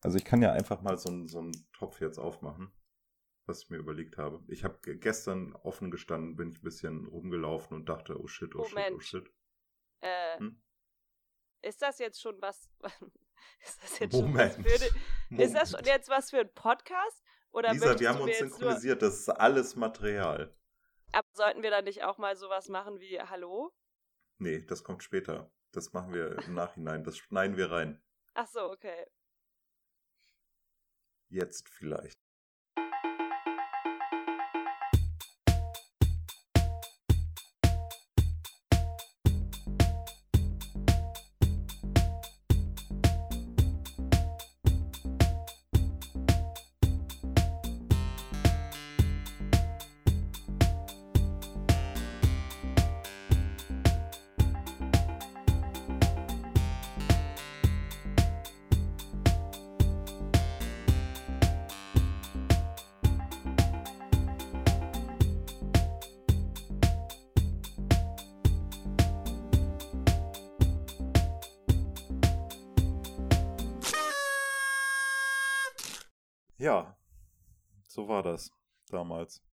Also ich kann ja einfach mal so einen Topf jetzt aufmachen, was ich mir überlegt habe. Ich habe gestern offen gestanden, bin ich ein bisschen rumgelaufen und dachte, oh shit, oh shit, oh shit. Hm? Ist das jetzt schon was? Ist das jetzt Moment. schon was ist das schon jetzt was für ein Podcast? Oder Lisa, wir haben du uns jetzt synchronisiert, das ist alles Material. Aber sollten wir dann nicht auch mal sowas machen wie Hallo? Nee, das kommt später. Das machen wir im Nachhinein. Das schneiden wir rein. Ach so, okay. Jetzt vielleicht. Ja, so war das damals.